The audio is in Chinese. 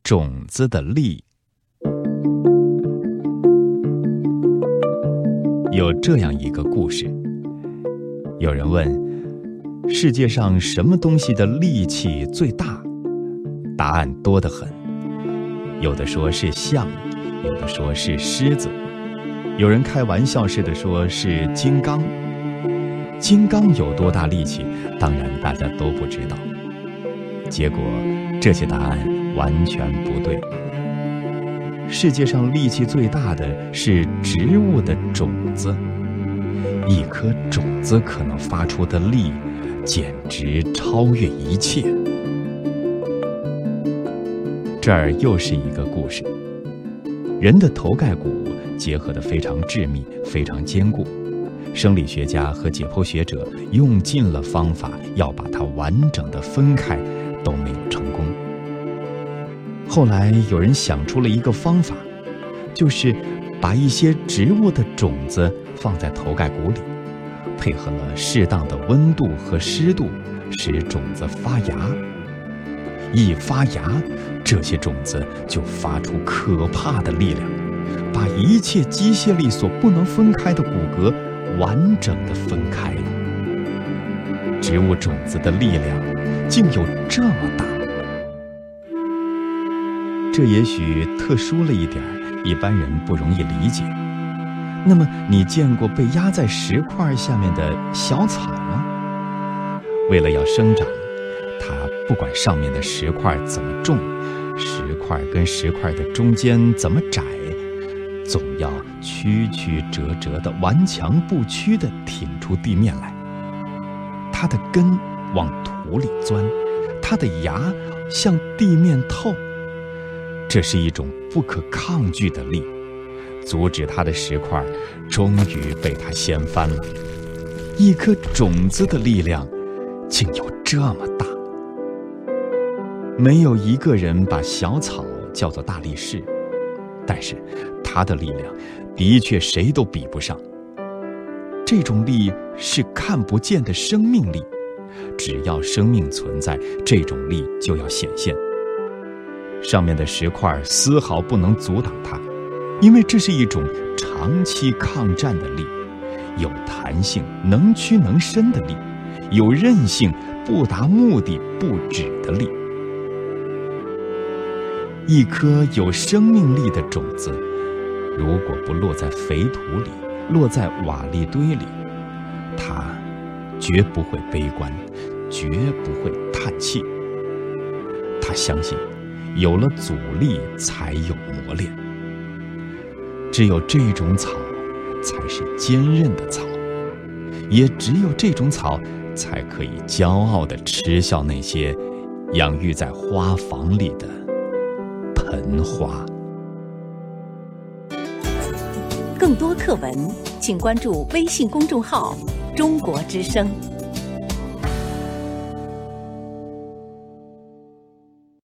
种子的力。有这样一个故事，有人问，世界上什么东西的力气最大？答案多得很，有的说是象，有的说是狮子，有人开玩笑似的说是金刚。金刚有多大力气，当然大家都不知道。结果这些答案完全不对。世界上力气最大的是植物的种子，一颗种子可能发出的力简直超越一切。这儿又是一个故事，人的头盖骨结合得非常致密，非常坚固，生理学家和解剖学者用尽了方法要把它完整的分开，都没有成功。后来有人想出了一个方法，就是把一些植物的种子放在头盖骨里，配合了适当的温度和湿度，使种子发芽。一发芽，这些种子就发出可怕的力量，把一切机械力所不能分开的骨骼完整地分开了。植物种子的力量竟有这么大。这也许特殊了一点，一般人不容易理解。那么你见过被压在石块下面的小草吗？为了要生长，它不管上面的石块怎么重，石块跟石块的中间怎么窄，总要曲曲折折的顽强不屈地挺出地面来。它的根往土里钻，它的芽向地面透，这是一种不可抗拒的力，阻止它的石块终于被它掀翻了。一颗种子的力量竟有这么大。没有一个人把小草叫做大力士，但是它的力量的确谁都比不上。这种力是看不见的生命力，只要生命存在，这种力就要显现。上面的石块丝毫不能阻挡它，因为这是一种长期抗战的力，有弹性、能屈能伸的力，有韧性、不达目的不止的力。一颗有生命力的种子，如果不落在肥土里，落在瓦砾堆里，它绝不会悲观，绝不会叹气。他相信有了阻力才有磨练，只有这种草才是坚韧的草，也只有这种草才可以骄傲地嗤笑那些养育在花房里的盆花。 更多课文请关注微信公众号中国之声。